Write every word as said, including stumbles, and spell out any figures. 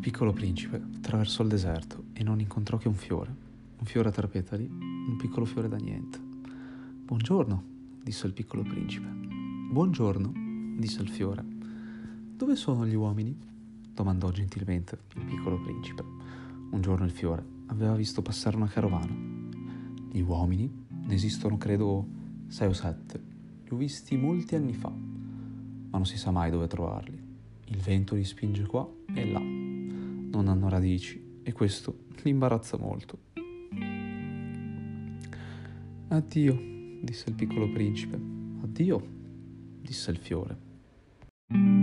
piccolo principe attraversò il deserto e non incontrò che un fiore, un fiore a tre petali, un piccolo fiore da niente. «Buongiorno», disse il piccolo principe. «Buongiorno», disse il fiore. «Dove sono gli uomini?» domandò gentilmente il piccolo principe. Un giorno il fiore aveva visto passare una carovana. «Gli uomini ne esistono credo sei o sette. Li ho visti molti anni fa, ma non si sa mai dove trovarli. Il vento li spinge qua e là. Non hanno radici e questo li imbarazza molto». «Addio», disse il piccolo principe. «Addio», disse il fiore.